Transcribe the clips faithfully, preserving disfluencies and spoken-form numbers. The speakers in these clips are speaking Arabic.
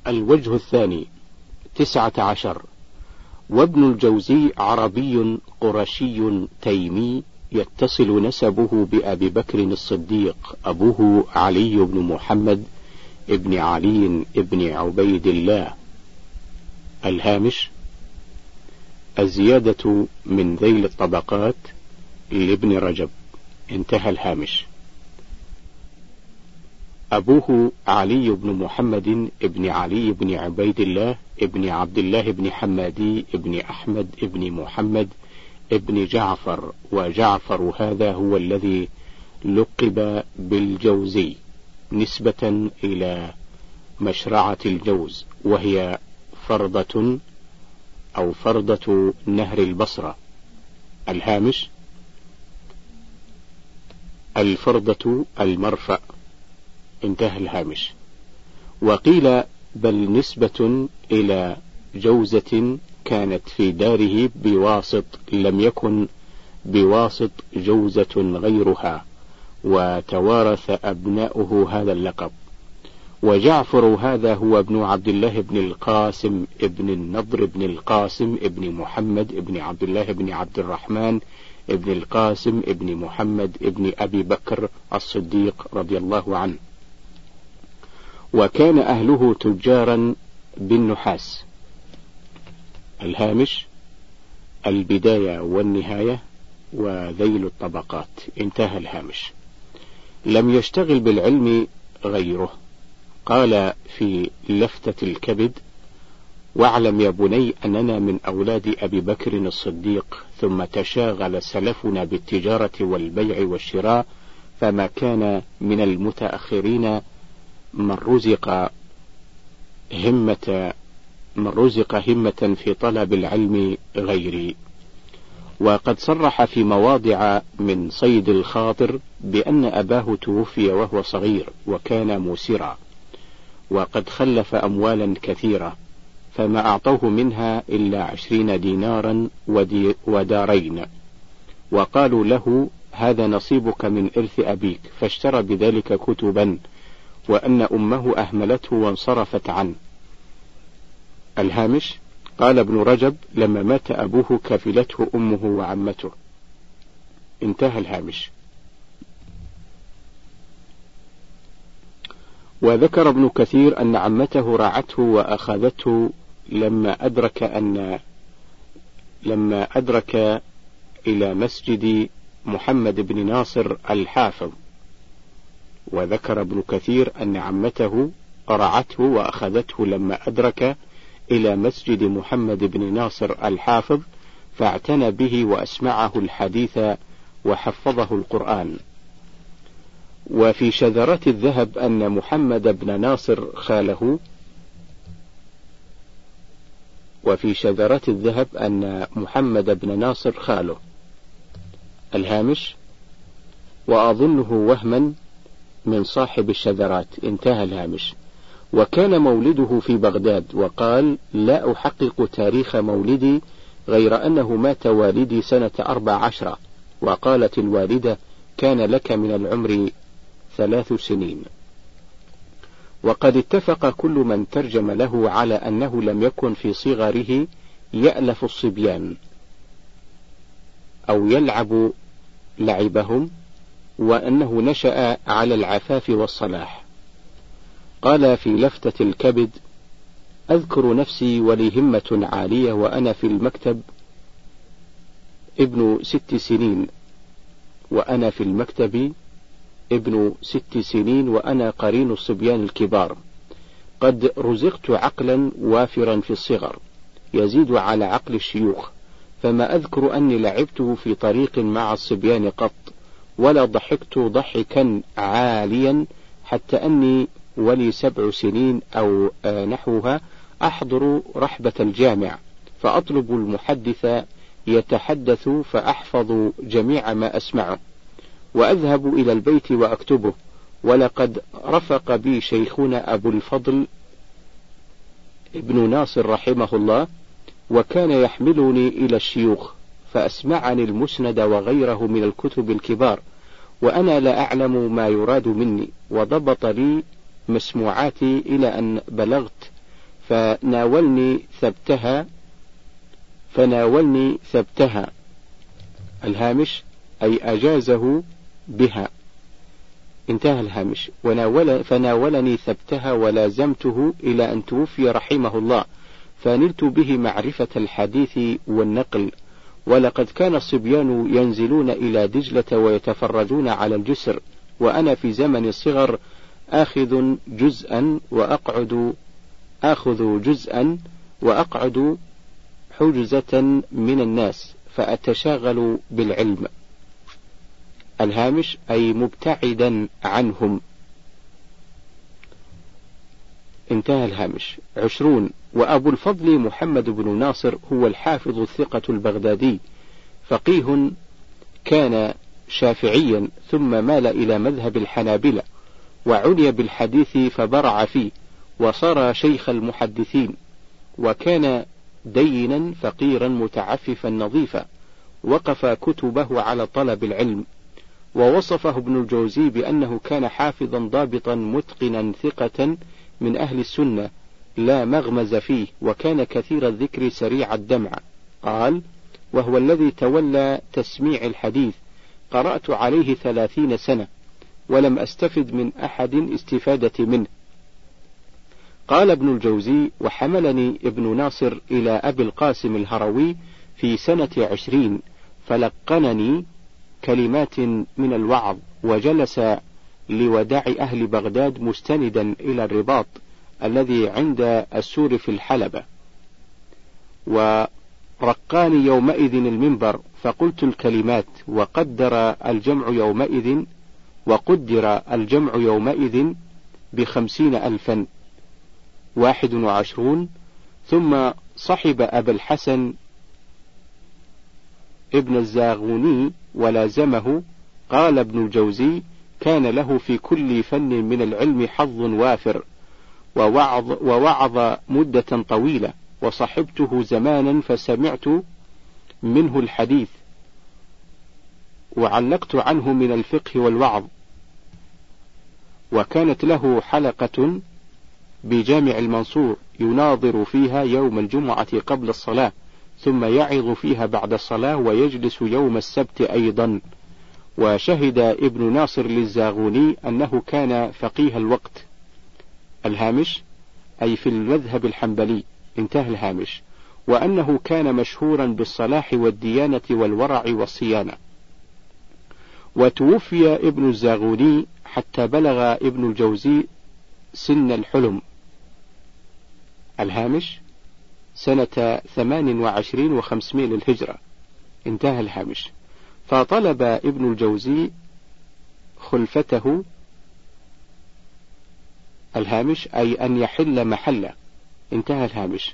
الوجه الثاني تسعة عشر. وابن الجوزي عربي قرشي تيمي، يتصل نسبه بأبي بكر الصديق، أبوه علي بن محمد ابن علي ابن عبيد الله. الهامش: الزيادة من ذيل الطبقات لابن رجب. انتهى الهامش. أبوه علي بن محمد ابن علي بن عبيد الله ابن عبد الله بن حمادي ابن أحمد ابن محمد ابن جعفر، وجعفر هذا هو الذي لقب بالجوزي نسبة إلى مشرعة الجوز، وهي فرضة أو فرضة نهر البصرة. الهامش: الفرضة المرفأ. انتهى الهامش. وقيل بل نسبة إلى جوزة كانت في داره بواسط، لم يكن بواسط جوزة غيرها، وتوارث أبناؤه هذا اللقب. وجعفر هذا هو ابن عبد الله بن القاسم ابن النضر بن القاسم ابن محمد ابن عبد الله بن عبد الرحمن ابن القاسم ابن محمد ابن أبي بكر الصديق رضي الله عنه. وكان أهله تجارا بالنحاس. الهامش: البداية والنهاية وذيل الطبقات. انتهى الهامش. لم يشتغل بالعلم غيره. قال في لفتة الكبد: واعلم يا بني أننا من أولاد أبي بكر الصديق، ثم تشاغل سلفنا بالتجارة والبيع والشراء، فما كان من المتأخرين من رزق همة من رزق همة في طلب العلم غيري. وقد صرح في مواضع من صيد الخاطر بأن أباه توفي وهو صغير وكان موسرا، وقد خلف أموالا كثيرة، فما أعطوه منها إلا عشرين دينارا ودارين، وقالوا له: هذا نصيبك من إرث أبيك، فاشترى بذلك كتبا، وأن أمه أهملته وانصرفت عنه. الهامش: قال ابن رجب: لما مات أبوه كفلته أمه وعمته. انتهى الهامش. وذكر ابن كثير أن عمته رعته وأخذته لما أدرك أن لما أدرك إلى مسجد محمد بن ناصر الحافظ. وذكر ابن كثير أن عمته رعته وأخذته لما أدرك إلى مسجد محمد بن ناصر الحافظ، فاعتنى به وأسمعه الحديث وحفظه القرآن. وفي شذرات الذهب أن محمد بن ناصر خاله وفي شذرات الذهب أن محمد بن ناصر خاله. الهامش: وأظنه وهما من صاحب الشذرات. انتهى الهامش. وكان مولده في بغداد، وقال: لا أحقق تاريخ مولدي غير أنه مات والدي سنة أربع عشرة. وقالت الوالدة: كان لك من العمر ثلاث سنين. وقد اتفق كل من ترجم له على أنه لم يكن في صغره يألف الصبيان أو يلعب لعبهم، وأنه نشأ على العفاف والصلاح. قال في لفتة الكبد: أذكر نفسي ولي همة عالية وأنا في المكتب ابن ست سنين وأنا في المكتب ابن ست سنين وأنا قرين الصبيان الكبار، قد رزقت عقلا وافرا في الصغر يزيد على عقل الشيوخ، فما أذكر أني لعبته في طريق مع الصبيان قط، ولا ضحكت ضحكا عاليا، حتى أني ولي سبع سنين أو نحوها أحضر رحبة الجامع فأطلب المحدث يتحدث فأحفظ جميع ما أسمعه، وأذهب إلى البيت وأكتبه. ولقد رفق بي شيخنا أبو الفضل ابن ناصر رحمه الله، وكان يحملني إلى الشيوخ فأسمعني المسند وغيره من الكتب الكبار، وأنا لا أعلم ما يراد مني، وضبط لي مسموعاتي إلى أن بلغت فناولني ثبتها فناولني ثبتها الهامش أي أجازه بها، انتهى الهامش. وناول فناولني ثبتها ولازمته إلى أن توفي رحمه الله، فنلت به معرفة الحديث والنقل. ولقد كان الصبيان ينزلون إلى دجلة ويتفرجون على الجسر، وأنا في زمن الصغر آخذ جزءا وأقعد آخذ جزءا وأقعد حجزة من الناس فأتشاغل بالعلم. الهامش أي مبتعدا عنهم، انتهى الهامش. عشرون. وأبو الفضل محمد بن ناصر هو الحافظ الثقة البغدادي، فقيه كان شافعيا ثم مال إلى مذهب الحنابلة، وعني بالحديث فبرع فيه، وصار شيخ المحدثين، وكان دينا فقيرا متعففا نظيفا، وقف كتبه على طلب العلم. ووصفه ابن الجوزي بأنه كان حافظا ضابطا متقنا ثقة من أهل السنة لا مغمز فيه، وكان كثير الذكر سريع الدمع. قال: وهو الذي تولى تسميع الحديث، قرأت عليه ثلاثين سنة ولم أستفد من أحد استفادة منه. قال ابن الجوزي: وحملني ابن ناصر إلى أبي القاسم الهروي في سنة عشرين، فلقنني كلمات من الوعظ، وجلس لوداع أهل بغداد مستندا إلى الرباط الذي عند السور في الحلبة، ورقاني يومئذ المنبر، فقلت الكلمات، وقدر الجمع يومئذ وقدر الجمع يومئذ بخمسين ألفا. واحد وعشرون. ثم صحب أبا الحسن ابن الزاغوني ولازمه. قال ابن الجوزي: كان له في كل فن من العلم حظ وافر، ووعظ, ووعظ مدة طويلة، وصحبته زمانا فسمعت منه الحديث، وعلقت عنه من الفقه والوعظ. وكانت له حلقة بجامع المنصور يناظر فيها يوم الجمعة قبل الصلاة، ثم يعظ فيها بعد الصلاة، ويجلس يوم السبت أيضا. وشهد ابن ناصر للزاغوني أنه كان فقيه الوقت. الهامش أي في المذهب الحنبلي، انتهى الهامش. وأنه كان مشهورا بالصلاح والديانة والورع والصيانة. وتوفي ابن الزاغوني حتى بلغ ابن الجوزي سن الحلم. الهامش سنة ثمان وعشرين وخمسمائة للهجرة، انتهى الهامش. فطلب ابن الجوزي خلفته، الهامش أي أن يحل محله، انتهى الهامش.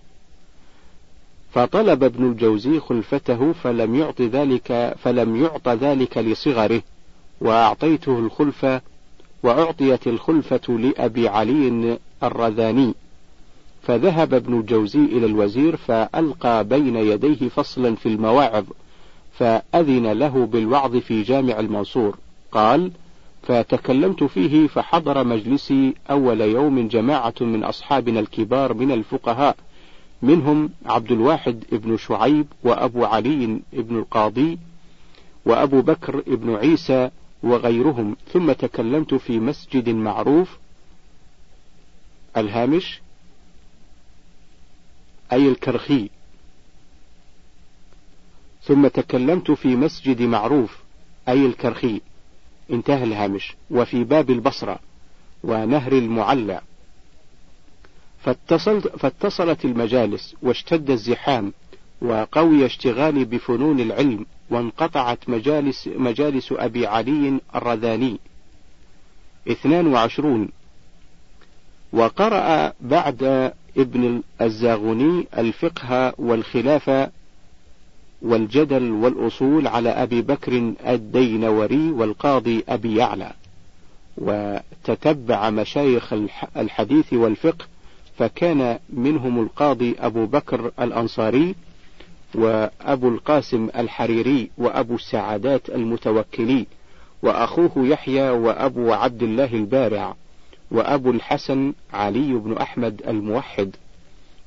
فطلب ابن الجوزي خلفته فلم يعط ذلك فلم يعط ذلك لصغره، وأعطيته الخلفة وأعطيت الخلفة لأبي علي الرذاني. فذهب ابن الجوزي إلى الوزير فألقى بين يديه فصلا في المواعظ، فأذن له بالوعظ في جامع المنصور. قال: فتكلمت فيه، فحضر مجلسي أول يوم جماعة من أصحابنا الكبار من الفقهاء، منهم عبد الواحد ابن شعيب، وأبو علي ابن القاضي، وأبو بكر ابن عيسى، وغيرهم. ثم تكلمت في مسجد معروف، الهامش أي الكرخي. ثم تكلمت في مسجد معروف أي الكرخي، انتهى الهامش. وفي باب البصرة ونهر المعلى. فاتصلت فاتصلت المجالس، واشتد الزحام، وقوي اشتغالي بفنون العلم، وانقطعت مجالس مجالس أبي علي الرذاني. اثنان وعشرون. وقرأ بعد ابن الزاغوني الفقه والخلافة والجدل والأصول على أبي بكر الدينوري والقاضي أبي يعلى، وتتبع مشايخ الحديث والفقه، فكان منهم القاضي أبو بكر الأنصاري، وأبو القاسم الحريري، وأبو السعادات المتوكلي، وأخوه يحيى، وأبو عبد الله البارع، وأبو الحسن علي بن أحمد الموحد.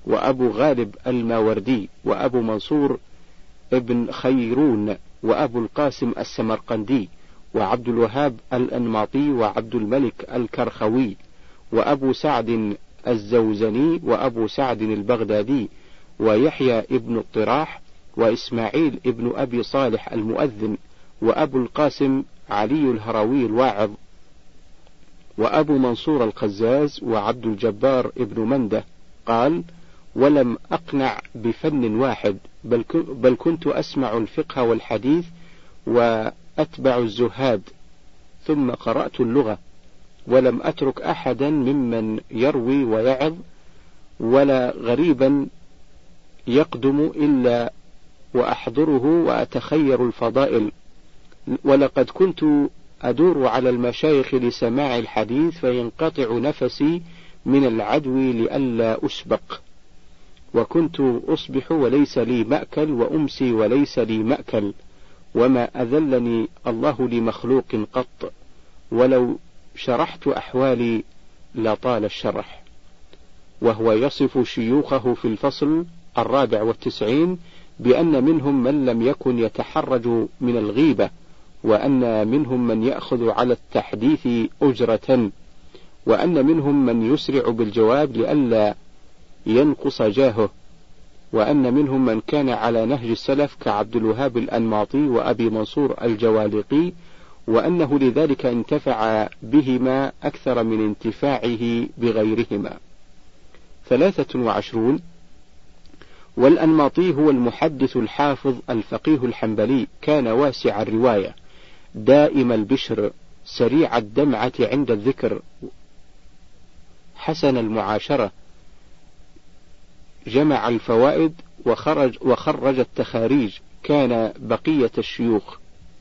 وأبو غالب الماوردي، وأبو منصور ابن خيرون، وأبو القاسم السمرقندي، وعبد الوهاب الأنماطي، وعبد الملك الكرخوي، وأبو سعد الزوزني، وأبو سعد البغدادي، ويحيى ابن الطراح، وإسماعيل ابن أبي صالح المؤذن، وأبو القاسم علي الهروي الواعظ، وأبو منصور الخزاز، وعبد الجبار ابن منده. قال: ولم أقنع بفن واحد، بل, بل كنت أسمع الفقه والحديث وأتبع الزهاد، ثم قرأت اللغة، ولم أترك أحدا ممن يروي ويعظ ولا غريبا يقدم إلا وأحضره وأتخير الفضائل. ولقد كنت أدور على المشايخ لسماع الحديث فينقطع نفسي من العدو لئلا أسبق، وكنت أصبح وليس لي مأكل، وأمسي وليس لي مأكل، وما أذلني الله لمخلوق قط، ولو شرحت أحوالي لطال الشرح. وهو يصف شيوخه في الفصل الرابع والتسعين بأن منهم من لم يكن يتحرج من الغيبة، وأن منهم من يأخذ على التحديث أجرة، وأن منهم من يسرع بالجواب لئلا ينقص جاهه، وأن منهم من كان على نهج السلف كعبد الوهاب الأنماطي وأبي منصور الجوالقي، وأنه لذلك انتفع بهما أكثر من انتفاعه بغيرهما. ثلاثة وعشرون. والأنماطي هو المحدث الحافظ الفقيه الحنبلي، كان واسع الرواية، دائم البشر، سريع الدمعة عند الذكر، حسن المعاشرة، جمع الفوائد وخرج, وخرج التخاريج، كان بقية الشيوخ.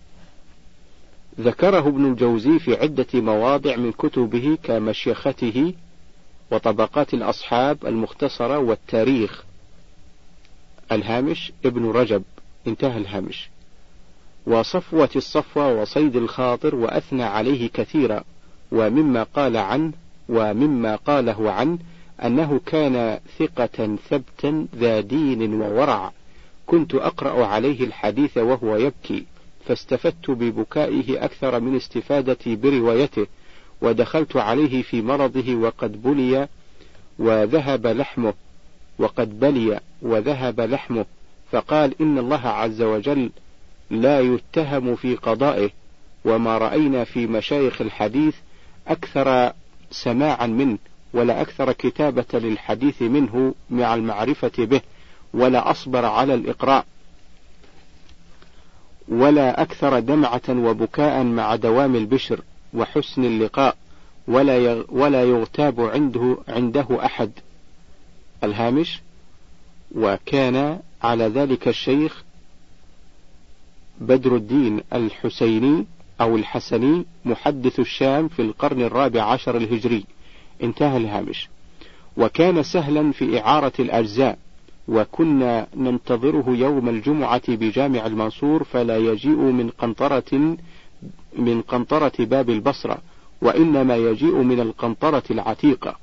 ذكره ابن الجوزي في عدة مواضع من كتبه كمشيخته وطبقات الأصحاب المختصرة والتاريخ. الهامش ابن رجب، انتهى الهامش. وصفوة الصفوة وصيد الخاطر، وأثنى عليه كثيرا. ومما قال عنه ومما قاله عنه أنه كان ثقة ثبتا ذا دين وورع، كنت أقرأ عليه الحديث وهو يبكي، فاستفدت ببكائه أكثر من استفادتي بروايته، ودخلت عليه في مرضه وقد بلي وذهب لحمه وقد بلي وذهب لحمه، فقال: إن الله عز وجل لا يتهم في قضائه، وما رأينا في مشايخ الحديث أكثر سماعا منه، ولا أكثر كتابة للحديث منه مع المعرفة به، ولا أصبر على الإقراء، ولا أكثر دمعة وبكاء مع دوام البشر وحسن اللقاء، ولا ولا يغتاب عنده عنده أحد. الهامش. وكان على ذلك الشيخ بدر الدين الحسيني أو الحسني محدث الشام في القرن الرابع عشر الهجري، انتهى الهامش. وكان سهلا في إعارة الأجزاء، وكنا ننتظره يوم الجمعة بجامع المنصور، فلا يجيء من قنطرة من قنطرة باب البصرة، وإنما يجيء من القنطرة العتيقة.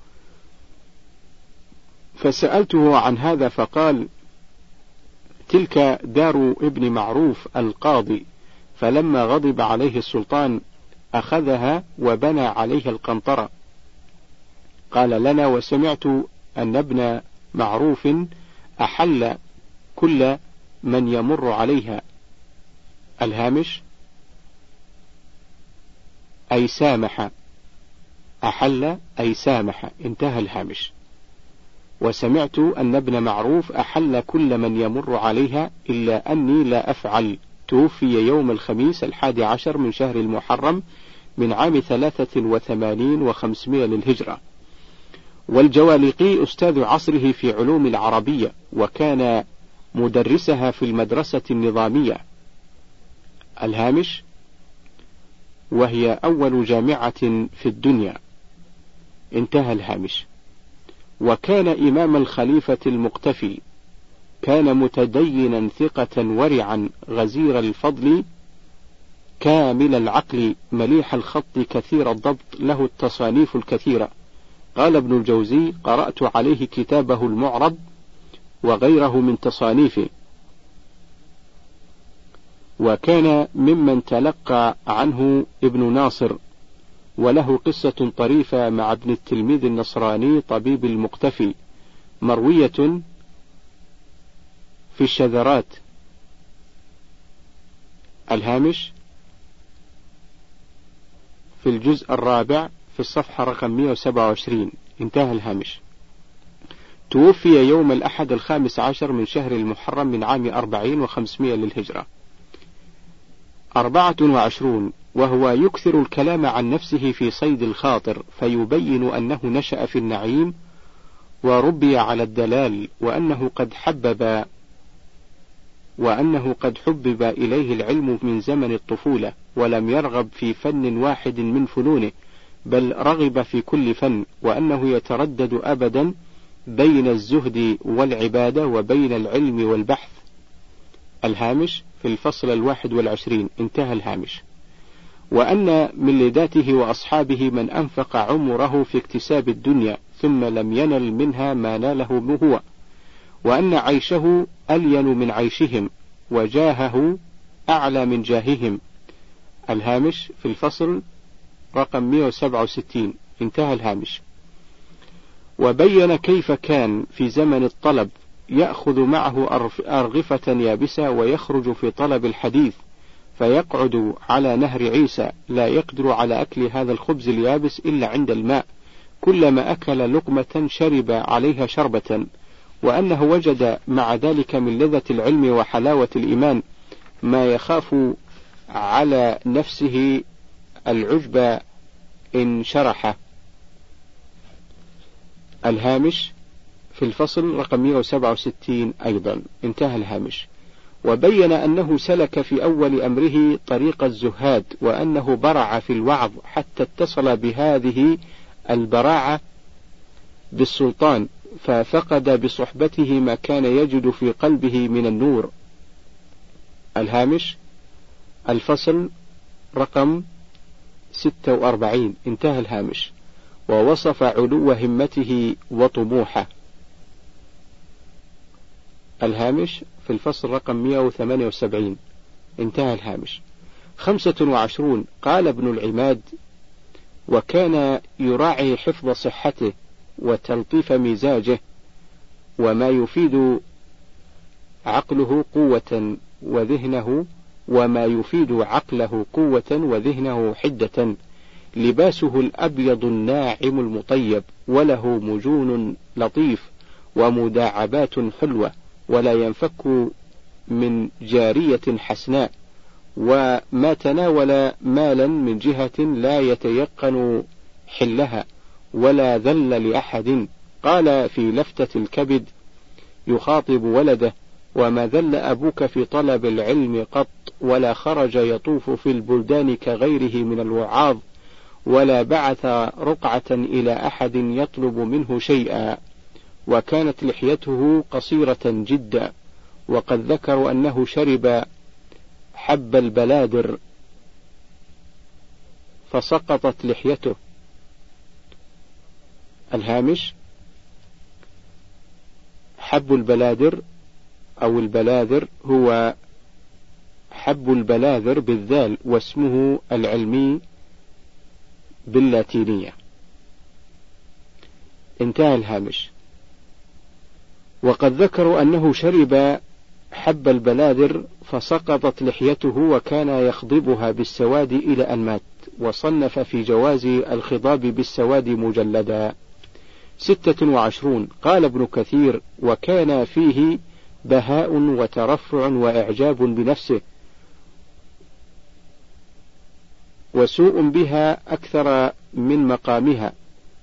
فسألته عن هذا فقال: تلك دار ابن معروف القاضي، فلما غضب عليه السلطان أخذها وبنى عليها القنطرة. قال لنا: وسمعت أن ابن معروف أحل كل من يمر عليها. الهامش. أي سامح، أحل أي سامح، انتهى الهامش. وسمعت أن ابن معروف أحل كل من يمر عليها إلا أني لا أفعل. توفي يوم الخميس الحادي عشر من شهر المحرم من عام ثلاثة وثمانين وخمسمائة للهجرة. والجوالقي أستاذ عصره في علوم العربية، وكان مدرسها في المدرسة النظامية. الهامش. وهي أول جامعة في الدنيا، انتهى الهامش. وكان إمام الخليفة المقتفي، كان متدينا ثقة ورعا غزير الفضل كامل العقل مليح الخط كثير الضبط، له التصانيف الكثيرة. قال ابن الجوزي: قرأت عليه كتابه المعرب وغيره من تصانيفه، وكان ممن تلقى عنه ابن ناصر، وله قصة طريفة مع ابن التلميذ النصراني طبيب المقتفي مروية في الشذرات. الهامش في الجزء الرابع في الصفحة رقم مئة وسبعة وعشرين. انتهى الهامش. توفي يوم الأحد الخامس عشر من شهر المحرم من عام أربعين وخمسمائة للهجرة. أربعة وعشرون. وهو يكثر الكلام عن نفسه في صيد الخاطر، فيبين أنه نشأ في النعيم وربي على الدلال، وأنه قد حبب وأنه قد حبب إليه العلم من زمن الطفولة، ولم يرغب في فن واحد من فنونه، بل رغب في كل فن، وأنه يتردد أبدا بين الزهد والعبادة وبين العلم والبحث. الهامش في الفصل الواحد والعشرين. انتهى الهامش. وأن من لداته وأصحابه من أنفق عمره في اكتساب الدنيا ثم لم ينل منها ما ناله هو، وأن عيشه ألين من عيشهم، وجاهه أعلى من جاههم. الهامش في الفصل رقم مئة وسبعة وستين. انتهى الهامش. وبين كيف كان في زمن الطلب يأخذ معه أرغفة يابسة ويخرج في طلب الحديث، فيقعد على نهر عيسى لا يقدر على أكل هذا الخبز اليابس إلا عند الماء، كلما أكل لقمة شرب عليها شربة، وأنه وجد مع ذلك من لذة العلم وحلاوة الإيمان ما يخاف على نفسه العجب إن شرح. الهامش في الفصل رقم مئة وسبعة وستين أيضا. انتهى الهامش. وبين أنه سلك في أول أمره طريق الزهاد، وأنه برع في الوعظ حتى اتصل بهذه البراعة بالسلطان، ففقد بصحبته ما كان يجد في قلبه من النور. الهامش الفصل رقم ستة وأربعين. انتهى الهامش. ووصف علو همته وطموحه. الهامش في الفصل رقم مئة وثمانية وسبعين. انتهى الهامش. خمسة وعشرون. قال ابن العماد: وكان يراعي حفظ صحته وتلطيف مزاجه، وما يفيد عقله قوة وذهنه وما يفيد عقله قوة وذهنه حدة، لباسه الأبيض الناعم المطيب، وله مجون لطيف ومداعبات حلوة، ولا ينفك من جارية حسناء، وما تناول مالا من جهة لا يتيقن حلها ولا ذل لأحد. قال في لفتة الكبد يخاطب ولده: وما ذل أبوك في طلب العلم قط، ولا خرج يطوف في البلدان كغيره من الوعاظ، ولا بعث رقعة إلى أحد يطلب منه شيئا، وكانت لحيته قصيرة جدا. وقد ذكروا أنه شرب حب البلادر فسقطت لحيته. الهامش حب البلادر أو البلاذر هو حب البلاذر بالذال، واسمه العلمي باللاتينية. انتهى الهامش. وقد ذكروا أنه شرب حب البلاذر فسقطت لحيته، وكان يخضبها بالسواد إلى أن مات، وصنف في جواز الخضاب بالسواد مجلدا. ستة وعشرون. قال ابن كثير: وكان فيه بهاء وترفع وإعجاب بنفسه، وسوء بها أكثر من مقامها،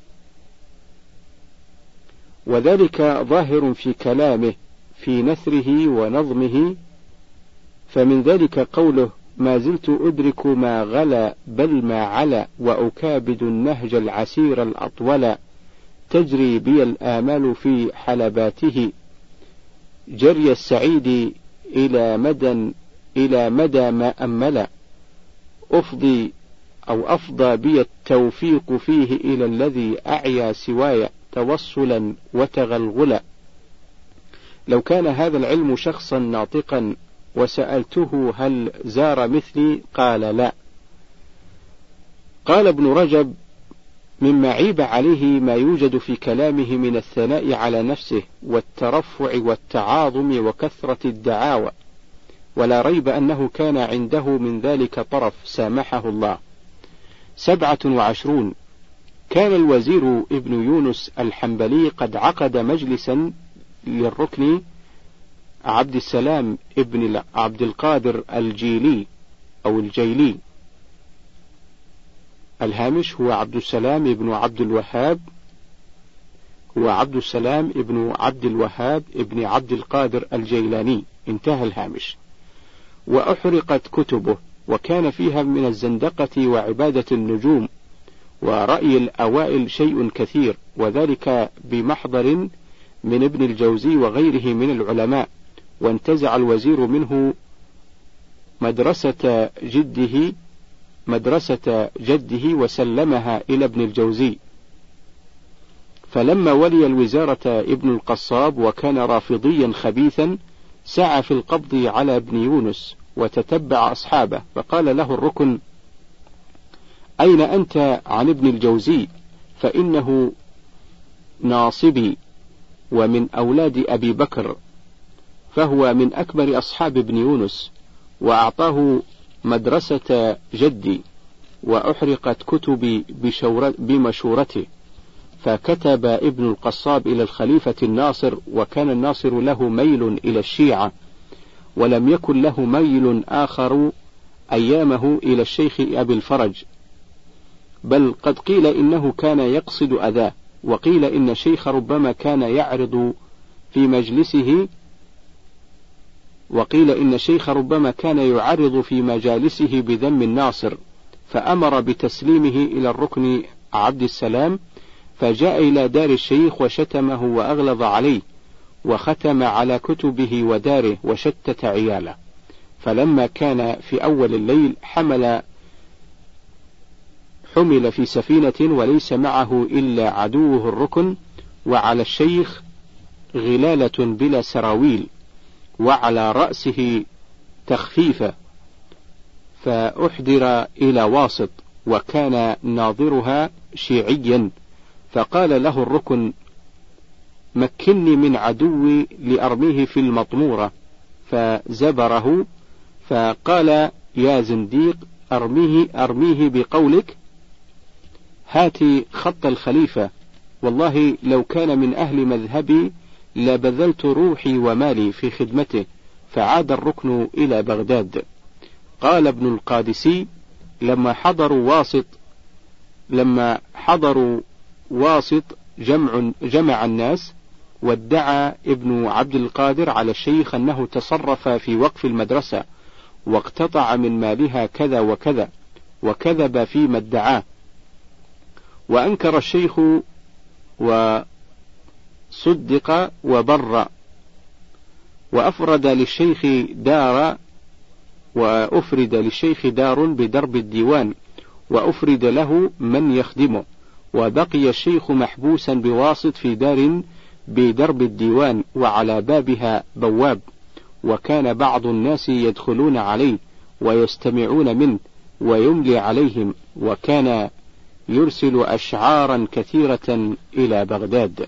وذلك ظاهر في كلامه في نثره ونظمه. فمن ذلك قوله: ما زلت أدرك ما غلا بل ما علا، وأكابد النهج العسير الأطول، تجري بي الآمال في حلباته، جري السعيد إلى مدى إلى مدى ما أمل، أفضي أو أفضى بي التوفيق فيه إلى الذي أعيا سواي توصلا وتغلغلا، لو كان هذا العلم شخصا ناطقا وسألته هل زار مثلي قال لا. قال ابن رجب: مما عيب عليه ما يوجد في كلامه من الثناء على نفسه والترفع والتعاظم وكثرة الدعاوى، ولا ريب أنه كان عنده من ذلك طرف سامحه الله. سبعة وعشرون: كان الوزير ابن يونس الحنبلي قد عقد مجلسا للركن عبد السلام ابن عبد القادر الجيلي أو الجيلي. الهامش: هو عبد السلام ابن عبد الوهاب هو عبد السلام ابن عبد الوهاب ابن عبد القادر الجيلاني. انتهى الهامش. وأحرقت كتبه، وكان فيها من الزندقة وعبادة النجوم ورأي الأوائل شيء كثير، وذلك بمحضر من ابن الجوزي وغيره من العلماء. وانتزع الوزير منه مدرسة جده مدرسة جده وسلمها إلى ابن الجوزي. فلما ولي الوزارة ابن القصاب وكان رافضيا خبيثا سعى في القبض على ابن يونس وتتبع أصحابه، فقال له الركن: أين أنت عن ابن الجوزي؟ فإنه ناصبي ومن أولاد أبي بكر، فهو من أكبر أصحاب ابن يونس، وأعطاه مدرسة جدي، وأحرقت كتبي بمشورته. فكتب ابن القصاب إلى الخليفة الناصر، وكان الناصر له ميل إلى الشيعة، ولم يكن له ميل آخر أيامه إلى الشيخ أبي الفرج، بل قد قيل إنه كان يقصد أذاه، وقيل إن الشيخ ربما كان يعرض في مجلسه وقيل إن الشيخ ربما كان يعرض في مجالسه بذم الناصر، فأمر بتسليمه إلى الركن عبد السلام، فجاء إلى دار الشيخ وشتمه وأغلظ عليه، وختم على كتبه وداره وشتت عياله. فلما كان في أول الليل حمل حمل في سفينة وليس معه إلا عدوه الركن، وعلى الشيخ غلالة بلا سراويل، وعلى رأسه تخفيفة، فأحضر إلى واسط، وكان ناظرها شيعيا، فقال له الركن: مكني من عدوي لأرميه في المطمورة، فزبره، فقال: يا زنديق، أرميه أرميه بقولك، هاتي خط الخليفة، والله لو كان من أهل مذهبي لبذلت روحي ومالي في خدمته. فعاد الركن إلى بغداد. قال ابن القادسي: لما حضروا واسط لما حضروا واسط جمع جمع الناس، وادعى ابن عبد القادر على الشيخ أنه تصرف في وقف المدرسة واقتطع من مالها كذا وكذا، وكذب فيما ادعاه، وأنكر الشيخ وصدق وبر، وأفرد للشيخ دار وأفرد للشيخ دار بدرب الديوان، وأفرد له من يخدمه، وبقي الشيخ محبوسا بواسط في دار بدرب الديوان، وعلى بابها بواب، وكان بعض الناس يدخلون عليه ويستمعون منه ويملي عليهم، وكان يرسل أشعارا كثيرة إلى بغداد.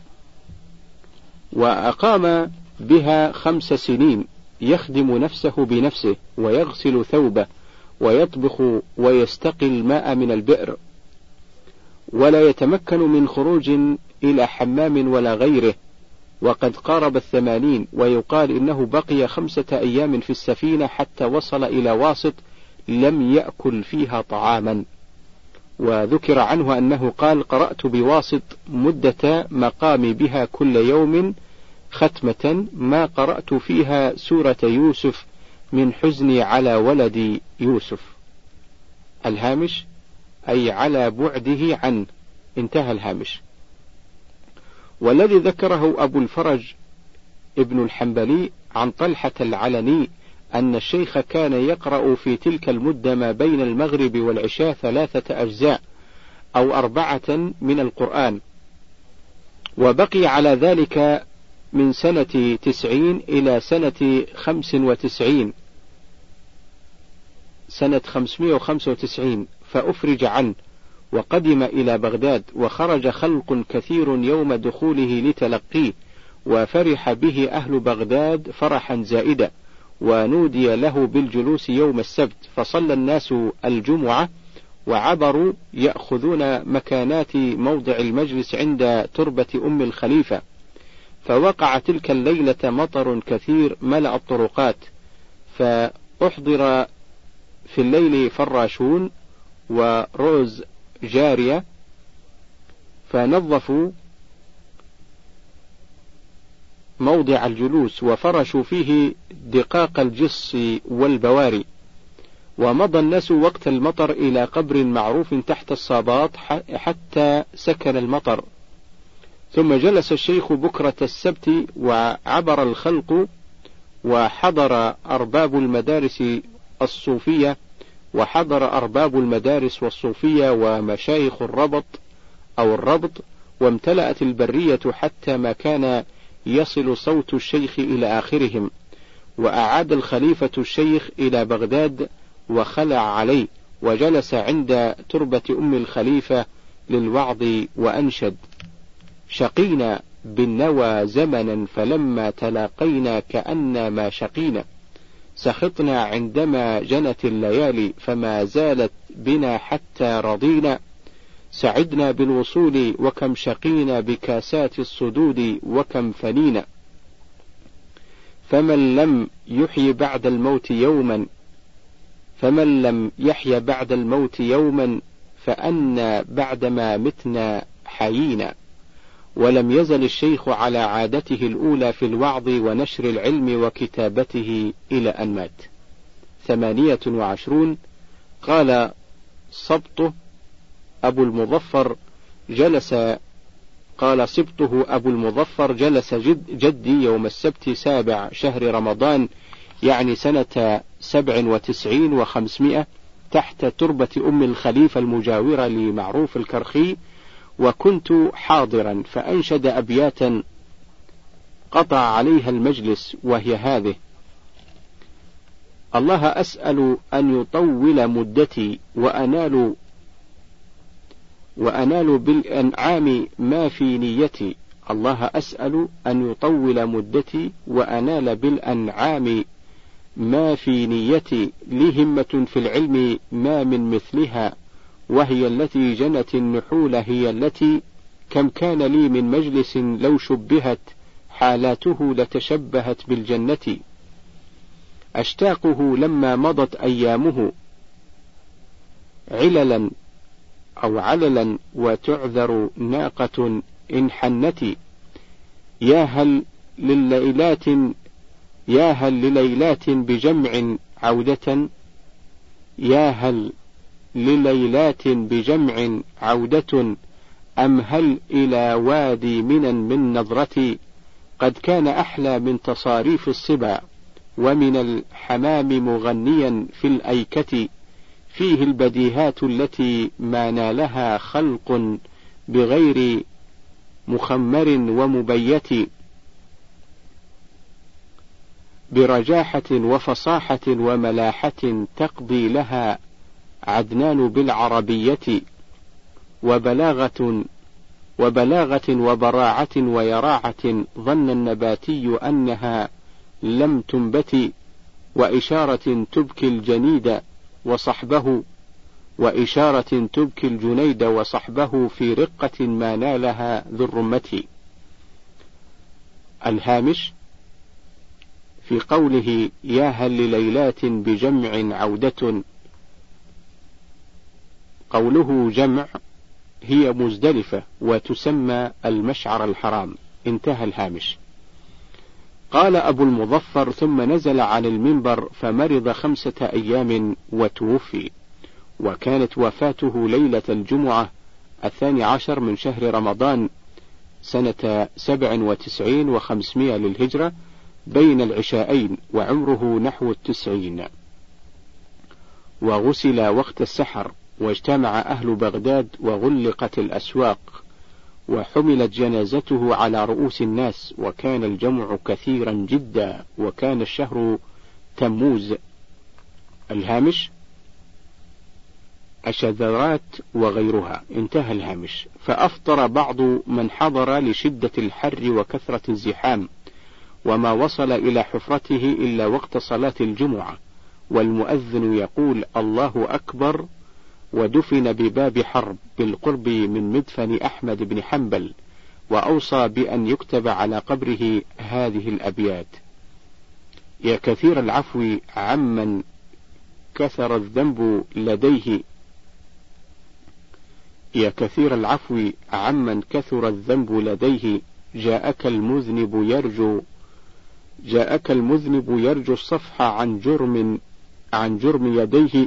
وأقام بها خمس سنين يخدم نفسه بنفسه، ويغسل ثوبه، ويطبخ، ويستقي الماء من البئر، ولا يتمكن من خروج إلى حمام ولا غيره، وقد قارب الثمانين. ويقال إنه بقي خمسة أيام في السفينة حتى وصل إلى واسط لم يأكل فيها طعاما. وذكر عنه أنه قال: قرأت بواسط مدة مقامي بها كل يوم ختمة ما قرأت فيها سورة يوسف من حزني على ولد يوسف. الهامش: أي على بعده عنه. انتهى الهامش. والذي ذكره أبو الفرج ابن الحنبلي عن طلحة العلني أن الشيخ كان يقرأ في تلك المدة ما بين المغرب والعشاء ثلاثة أجزاء أو أربعة من القرآن، وبقي على ذلك من سنة تسعين إلى سنة خمس وتسعين سنة خمسمائة وخمسة وتسعين فأفرج عنه وقدم إلى بغداد، وخرج خلق كثير يوم دخوله لتلقيه، وفرح به أهل بغداد فرحا زائدا، ونودي له بالجلوس يوم السبت، فصلى الناس الجمعة وعبروا يأخذون مكانات موضع المجلس عند تربة أم الخليفة، فوقع تلك الليلة مطر كثير ملأ الطرقات، فأحضر في الليل فراشون وروز جارية فنظفوا موضع الجلوس وفرشوا فيه دقاق الجص والبواري، ومضى الناس وقت المطر إلى قبر معروف تحت الصابات حتى سكن المطر، ثم جلس الشيخ بكرة السبت وعبر الخلق، وحضر أرباب المدارس الصوفية وحضر أرباب المدارس والصوفية ومشايخ الربط أو الربط، وامتلأت البرية حتى ما كان يصل صوت الشيخ إلى آخرهم، وأعاد الخليفة الشيخ إلى بغداد وخلع عليه، وجلس عند تربة أم الخليفة للوعظ وأنشد: شقينا بالنوى زمنا فلما تلاقينا كأن ما شقينا، سخطنا عندما جنت الليالي فما زالت بنا حتى رضينا، سعدنا بالوصول وكم شقينا بكاسات الصدود وكم فنينا، فمن لم يحي بعد الموت يوما فمن لم يحي بعد الموت يوما فأنا بعدما متنا حيينا. ولم يزل الشيخ على عادته الأولى في الوعظ ونشر العلم وكتابته إلى أن مات. ثمانية وعشرون قال سبطه أبو المظفر جلس قال سبطه أبو المظفر جلس جد جدي يوم السبت سابع شهر رمضان، يعني سنة سبع وتسعين وخمسمائة، تحت تربة أم الخليفة المجاورة لمعروف الكرخي، وكنت حاضرا، فأنشد أبياتا قطع عليها المجلس، وهي هذه: الله أسأل أن يطول مدتي وأنال وأنال بالأنعام ما في نيتي، الله أسأل أن يطول مدتي وأنال بالأنعام ما في نيتي، لي همة في العلم ما من مثلها، وهي التي جنت النحول، هي التي كم كان لي من مجلس لو شبهت حالاته لتشبهت بالجنة، أشتاقه لما مضت أيامه عللا أو عللا وتعذر ناقة إن حنتي، يا هل لليلات يا هل لليلات بجمع عودة يا هل لليلات بجمع عودة أم هل إلى وادي منى من نظرتي، قد كان أحلى من تصاريف الصبا ومن الحمام مغنيا في الأيكة، فيه البديهات التي ما نالها خلق بغير مخمر ومبيت، برجاحة وفصاحة وملاحة تقضي لها عدنان بالعربية، وبلاغة وبلاغة وبراعة ويراعة ظن النباتي أنها لم تنبت، وإشارة تبكي الجنيد وصحبه وإشارة تبكي الجنيد وصحبه في رقة ما نالها ذو الرمة. الهامش في قوله يا هل لليلات بجمع عودة، قوله جمع هي مزدلفة وتسمى المشعر الحرام. انتهى الهامش. قال أبو المظفر ثم نزل عن المنبر فمرض خمسة أيام وتوفي، وكانت وفاته ليلة الجمعة الثاني عشر من شهر رمضان سنة سبع وتسعين وخمسمائة للهجرة بين العشاءين، وعمره نحو التسعين. وغسل وقت السحر، واجتمع أهل بغداد وغلقت الأسواق، وحملت جنازته على رؤوس الناس، وكان الجمع كثيرا جدا، وكان الشهر تموز. الهامش: الشذرات وغيرها. انتهى الهامش. فأفطر بعض من حضر لشدة الحر وكثرة الزحام، وما وصل إلى حفرته إلا وقت صلاة الجمعة، والمؤذن يقول الله أكبر، ودفن بباب حرب بالقرب من مدفن أحمد بن حنبل، وأوصى بأن يكتب على قبره هذه الأبيات: يا كثير العفو عمن كثر الذنب لديه يا كثير العفو عمن كثر الذنب لديه جاءك المذنب يرجو جاءك المذنب يرجو الصفح عن جرم عن جرم يديه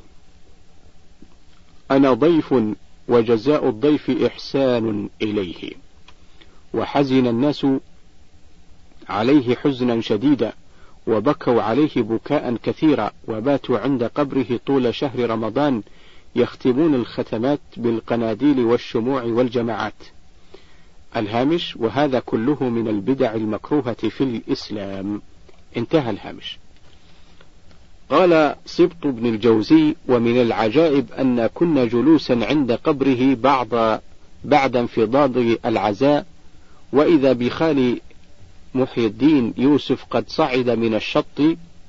أنا ضيف وجزاء الضيف إحسان إليه. وحزن الناس عليه حزنا شديدا، وبكوا عليه بكاء كثيرا، وباتوا عند قبره طول شهر رمضان يختمون الختمات بالقناديل والشموع والجماعات. الهامش: وهذا كله من البدع المكروهة في الإسلام. انتهى الهامش. قال سبط بن الجوزي: ومن العجائب أن كنا جلوسا عند قبره بعد بعد انفضاض العزاء، وإذا بخال محي الدين يوسف قد صعد من الشط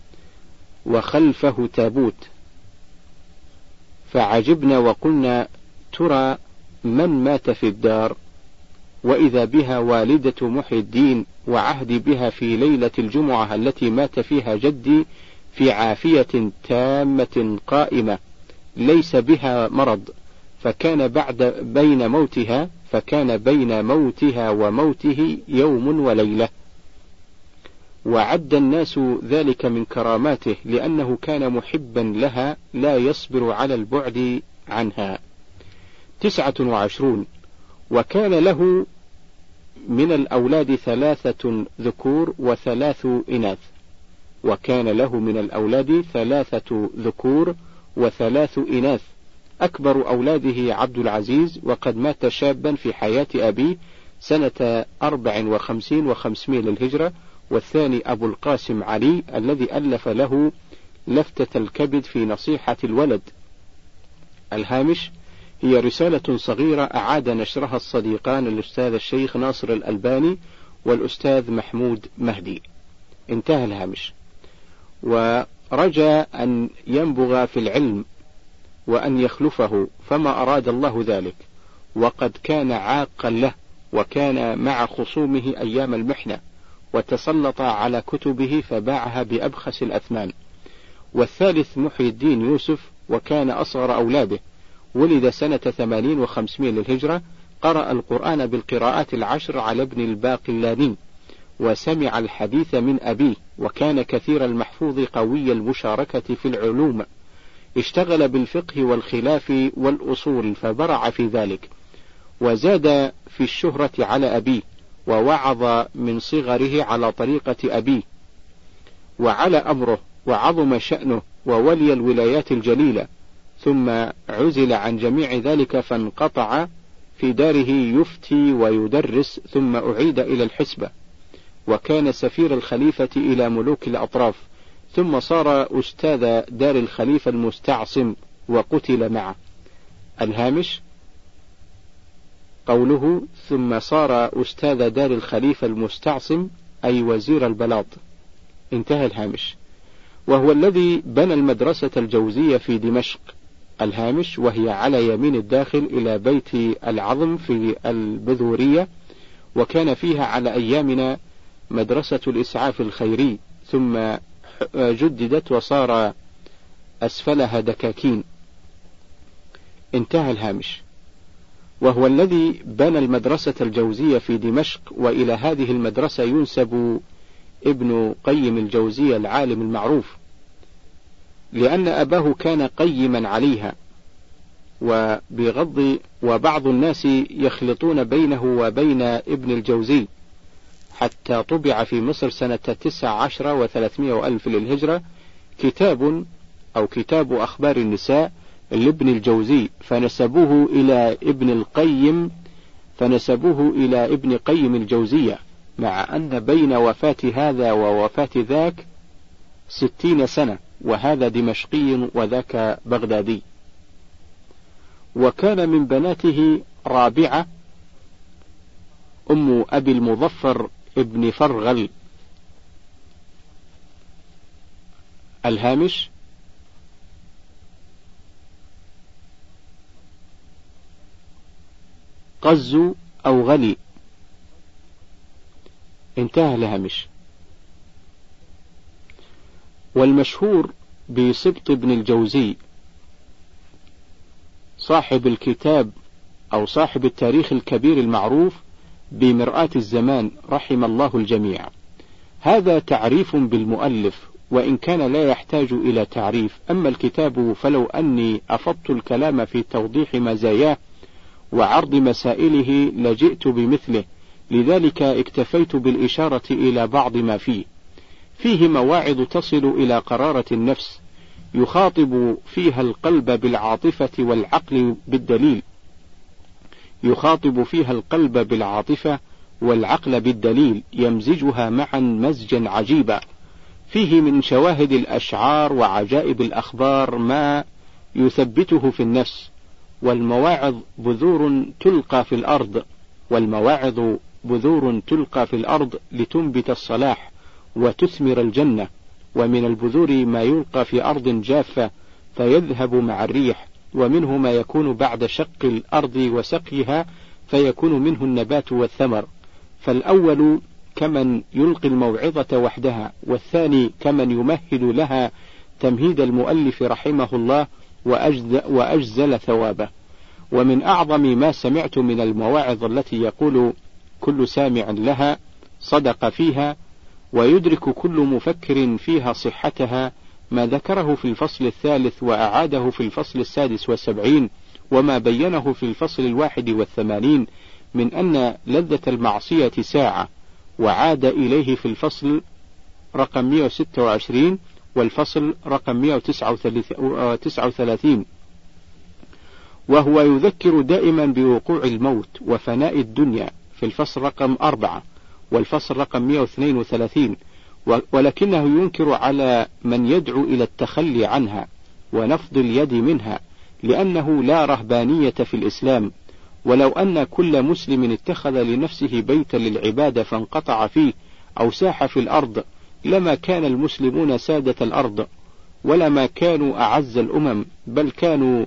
وخلفه تابوت، فعجبنا وقلنا ترى من مات في الدار، وإذا بها والدة محي الدين، وعهدي بها في ليلة الجمعة التي مات فيها جدي في عافية تامة قائمة ليس بها مرض، فكان بعد بين موتها فكان بين موتها وموته يوم وليلة. وعد الناس ذلك من كراماته، لأنه كان محبا لها لا يصبر على البعد عنها. تسعة وعشرون. وكان له من الأولاد ثلاثة ذكور وثلاث إناث وكان له من الأولاد ثلاثة ذكور وثلاث إناث أكبر أولاده عبد العزيز، وقد مات شابا في حياة أبيه سنة أربع وخمسين وخمسمائة للهجرة، والثاني أبو القاسم علي الذي ألف له لفتة الكبد في نصيحة الولد. الهامش: هي رسالة صغيرة أعاد نشرها الصديقان الأستاذ الشيخ ناصر الألباني والأستاذ محمود مهدي. انتهى الهامش. ورجى أن ينبغ في العلم وأن يخلفه، فما أراد الله ذلك، وقد كان عاقا له، وكان مع خصومه أيام المحنة، وتسلط على كتبه فباعها بأبخس الأثمان. والثالث محي الدين يوسف، وكان أصغر أولاده، ولد سنة ثمانين وخمسمائة للهجرة، قرأ القرآن بالقراءات العشر على ابن الباقلاني، وسمع الحديث من أبيه، وكان كثير المحفوظ قوي المشاركة في العلوم، اشتغل بالفقه والخلاف والأصول فبرع في ذلك، وزاد في الشهرة على أبيه، ووعظ من صغره على طريقة أبيه، وعلى أمره، وعظم شأنه، وولي الولايات الجليلة، ثم عزل عن جميع ذلك فانقطع في داره يفتي ويدرس، ثم أعيد إلى الحسبة، وكان سفير الخليفة إلى ملوك الأطراف، ثم صار أستاذ دار الخليفة المستعصم وقتل معه. الهامش: قوله ثم صار أستاذ دار الخليفة المستعصم أي وزير البلاط. انتهى الهامش. وهو الذي بنى المدرسة الجوزية في دمشق. الهامش: وهي على يمين الداخل إلى بيت العظم في البذورية، وكان فيها على أيامنا مدرسة الإسعاف الخيري، ثم جددت وصار أسفلها دكاكين. انتهى الهامش. وهو الذي بنى المدرسة الجوزية في دمشق، وإلى هذه المدرسة ينسب ابن قيم الجوزية العالم المعروف، لأن أباه كان قيما عليها، وبغض وبعض الناس يخلطون بينه وبين ابن الجوزي، حتى طبع في مصر سنة تسع عشر وثلاثمائة وألف للهجرة كتاب أو كتاب أخبار النساء لابن الجوزي، فنسبوه إلى ابن القيم فنسبوه إلى ابن قيم الجوزية، مع أن بين وفاة هذا ووفاة ذاك ستين سنة، وهذا دمشقي وذاك بغدادي. وكان من بناته رابعة أم أبي المظفر ابن فرغل. الهامش: قز أو غلي. انتهى الهامش. والمشهور بسبط بن الجوزي صاحب الكتاب أو صاحب التاريخ الكبير المعروف بمرآة الزمان، رحم الله الجميع. هذا تعريف بالمؤلف، وإن كان لا يحتاج إلى تعريف. أما الكتاب فلو أني أفضت الكلام في توضيح مزاياه وعرض مسائله لجئت بمثله، لذلك اكتفيت بالإشارة إلى بعض ما فيه. فيه مواعظ تصل إلى قرارة النفس، يخاطب فيها القلب بالعاطفة والعقل بالدليل يخاطب فيها القلب بالعاطفة والعقل بالدليل يمزجها معا مزجا عجيبا. فيه من شواهد الأشعار وعجائب الأخبار ما يثبته في النفس. والمواعظ بذور تلقى في الأرض والمواعظ بذور تلقى في الأرض لتنبت الصلاح وتثمر الجنة. ومن البذور ما يلقى في أرض جافة فيذهب مع الريح، ومنه ما يكون بعد شق الأرض وسقيها فيكون منه النبات والثمر. فالأول كمن يلقي الموعظة وحدها، والثاني كمن يمهد لها تمهيد المؤلف رحمه الله وأجزل ثوابه. ومن أعظم ما سمعت من المواعظ التي يقول كل سامع لها صدق فيها، ويدرك كل مفكر فيها صحتها، ما ذكره في الفصل الثالث وأعاده في الفصل السادس والسبعين، وما بينه في الفصل الواحد والثمانين من أن لذة المعصية ساعة، وعاد إليه في الفصل رقم مئة وستة وعشرين والفصل رقم مئة وتسعة وثلاثين. وهو يذكر دائما بوقوع الموت وفناء الدنيا في الفصل رقم أربعة والفصل رقم مئة واثنين وثلاثين، ولكنه ينكر على من يدعو إلى التخلي عنها ونفض اليد منها، لأنه لا رهبانية في الإسلام. ولو أن كل مسلم اتخذ لنفسه بيتا للعبادة فانقطع فيه أو ساح في الأرض لما كان المسلمون سادة الأرض، ولما كانوا أعز الأمم، بل كانوا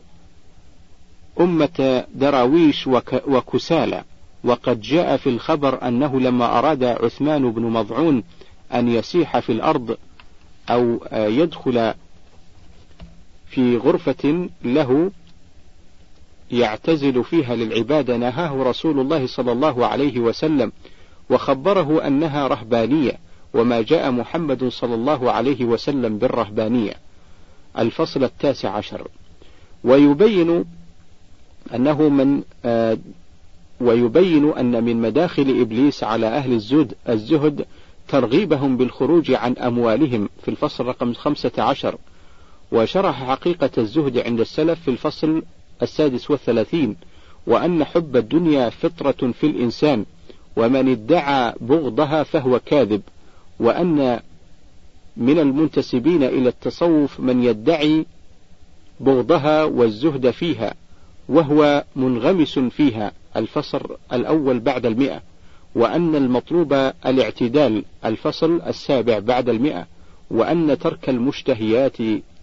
أمة دراويش وكسالى. وقد جاء في الخبر أنه لما أراد عثمان بن مضعون أن يسيح في الأرض أو يدخل في غرفة له يعتزل فيها للعبادة نهاه رسول الله صلى الله عليه وسلم وخبره أنها رهبانية، وما جاء محمد صلى الله عليه وسلم بالرهبانية. الفصل التاسع عشر. ويبين أنه من آه ويبين أن من مداخل إبليس على أهل الزهد, الزهد ترغيبهم بالخروج عن أموالهم في الفصل رقم خمسة عشر. وشرح حقيقة الزهد عند السلف في الفصل السادس والثلاثين، وأن حب الدنيا فطرة في الإنسان، ومن ادعى بغضها فهو كاذب، وأن من المنتسبين إلى التصوف من يدعي بغضها والزهد فيها وهو منغمس فيها. الفصل الأول بعد المئة. وأن المطلوب الاعتدال. الفصل السابع بعد المئة. وأن ترك المشتهيات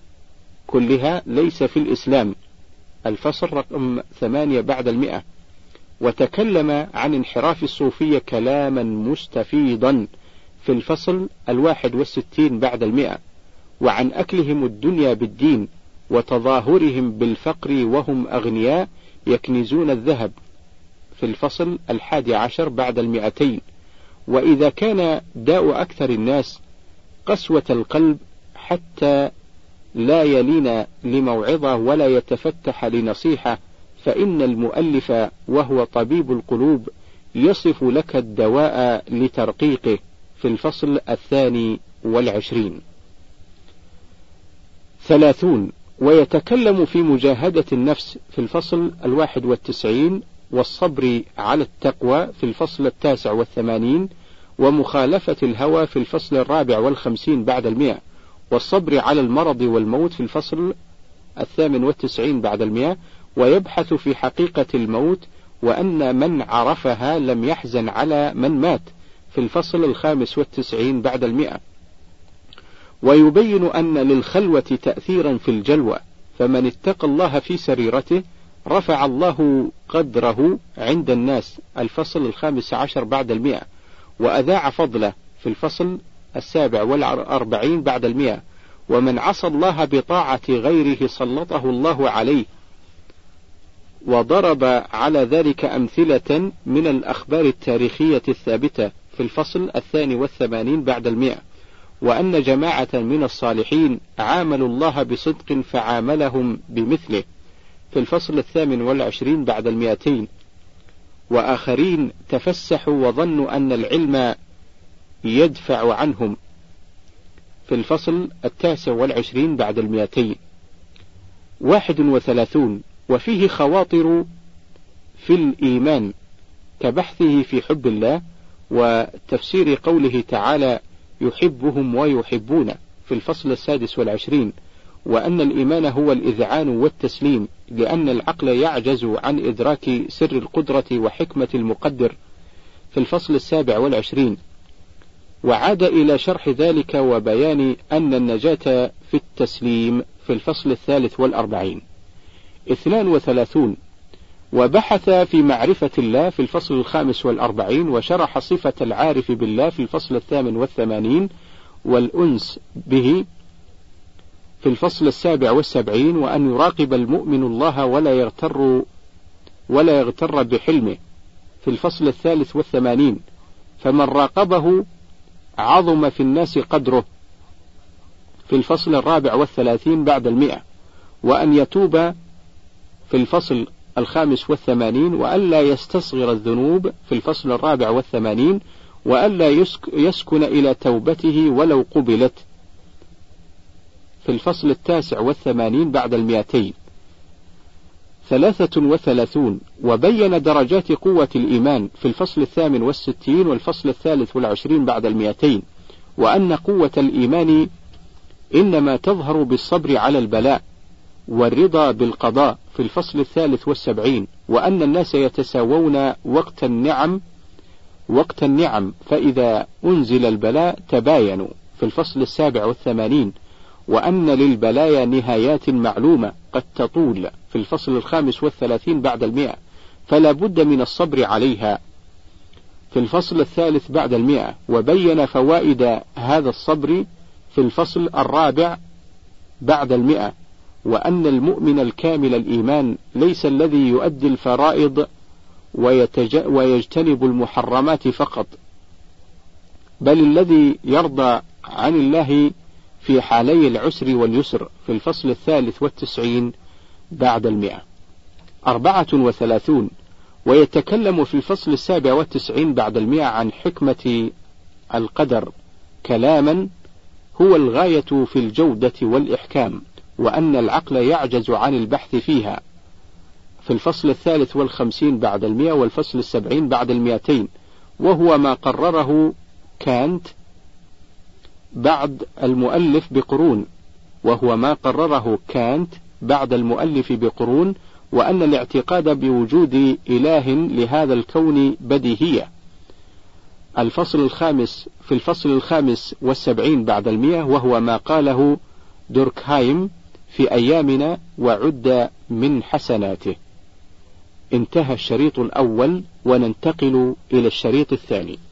كلها ليس في الإسلام. الفصل رقم ثمانية بعد المئة. وتكلم عن انحراف الصوفية كلاما مستفيضا في الفصل الواحد والستين بعد المئة، وعن أكلهم الدنيا بالدين وتظاهرهم بالفقر وهم أغنياء يكنزون الذهب في الفصل الحادي عشر بعد المئتين. وإذا كان داء أكثر الناس قسوة القلب حتى لا يلين لموعظة ولا يتفتح لنصيحة، فإن المؤلف وهو طبيب القلوب يصف لك الدواء لترقيقه في الفصل الثاني والعشرين. ثلاثون. ويتكلم في مجاهدة النفس في الفصل الواحد والتسعين والصبر على التقوى في الفصل التاسع والثمانين، ومخالفة الهوى في الفصل الرابع والخمسين بعد المئة، والصبر على المرض والموت في الفصل الثامن والتسعين بعد المئة، ويبحث في حقيقة الموت وأن من عرفها لم يحزن على من مات في الفصل الخامس والتسعين بعد المئة، ويبين أن للخلوة تأثيرا في الجلوة، فمن اتقى الله في سريرته رفع الله قدره عند الناس الفصل الخامس عشر بعد المئة، وأذاع فضله في الفصل السابع والأربعين بعد المئة، ومن عصى الله بطاعة غيره سلطه الله عليه، وضرب على ذلك أمثلة من الأخبار التاريخية الثابتة في الفصل الثاني والثمانين بعد المئة، وأن جماعة من الصالحين عاملوا الله بصدق فعاملهم بمثله في الفصل الثامن والعشرين بعد المئتين، وآخرين تفسحوا وظنوا أن العلم يدفع عنهم في الفصل التاسع والعشرين بعد المئتين. واحد وثلاثون وفيه خواطر في الإيمان كبحثه في حب الله وتفسير قوله تعالى يحبهم ويحبون في الفصل السادس والعشرين، وأن الإيمان هو الإذعان والتسليم، لأن العقل يعجز عن إدراك سر القدرة وحكمة المقدر في الفصل السابع والعشرين، وعاد إلى شرح ذلك وبيان أن النجاة في التسليم في الفصل الثالث والأربعين. اثنان وثلاثون وبحث في معرفة الله في الفصل الخامس والأربعين، وشرح صفة العارف بالله في الفصل الثامن والثمانين، والأنس به في الفصل السابع والسبعين، وأن يراقب المؤمن الله ولا يغتر ولا يغتر بحلمه في الفصل الثالث والثمانين، فمن راقبه عظم في الناس قدره في الفصل الرابع والثلاثين بعد المئة، وأن يتوب في الفصل الخامس والثمانين، وألا يستصغر الذنوب في الفصل الرابع والثمانين، وألا يسكن إلى توبته ولو قبلت في الفصل التاسع والثمانين بعد المئتين. ثلاثة وثلاثون وبين درجات قوة الإيمان في الفصل الثامن والستين والفصل الثالث والعشرين بعد المئتين، وأن قوة الإيمان إنما تظهر بالصبر على البلاء والرضا بالقضاء في الفصل الثالث والسبعين، وأن الناس يتساوون وقت النعم وقت النعم فإذا أنزل البلاء تباينوا في الفصل السابع والثمانين، وأن للبلايا نهايات معلومة قد تطول في الفصل الخامس والثلاثين بعد المئة، فلا بد من الصبر عليها في الفصل الثالث بعد المئة، وبين فوائد هذا الصبر في الفصل الرابع بعد المئة، وأن المؤمن الكامل الإيمان ليس الذي يؤدي الفرائض ويجتنب المحرمات فقط، بل الذي يرضى عن الله في حالي العسر واليسر في الفصل الثالث والتسعين بعد المئة. أربعة وثلاثون ويتكلم في الفصل السابع والتسعين بعد المئة عن حكمة القدر كلاما هو الغاية في الجودة والإحكام، وأن العقل يعجز عن البحث فيها في الفصل الثالث والخمسين بعد المئة والفصل السبعين بعد المئتين، وهو ما قرره كانت بعد المؤلف بقرون وهو ما قرره كانت بعد المؤلف بقرون وأن الاعتقاد بوجود إله لهذا الكون بديهية. الفصل الخامس في الفصل الخامس والسبعين بعد المئة، وهو ما قاله دوركهايم في أيامنا وعد من حسناته. انتهى الشريط الأول، وننتقل إلى الشريط الثاني.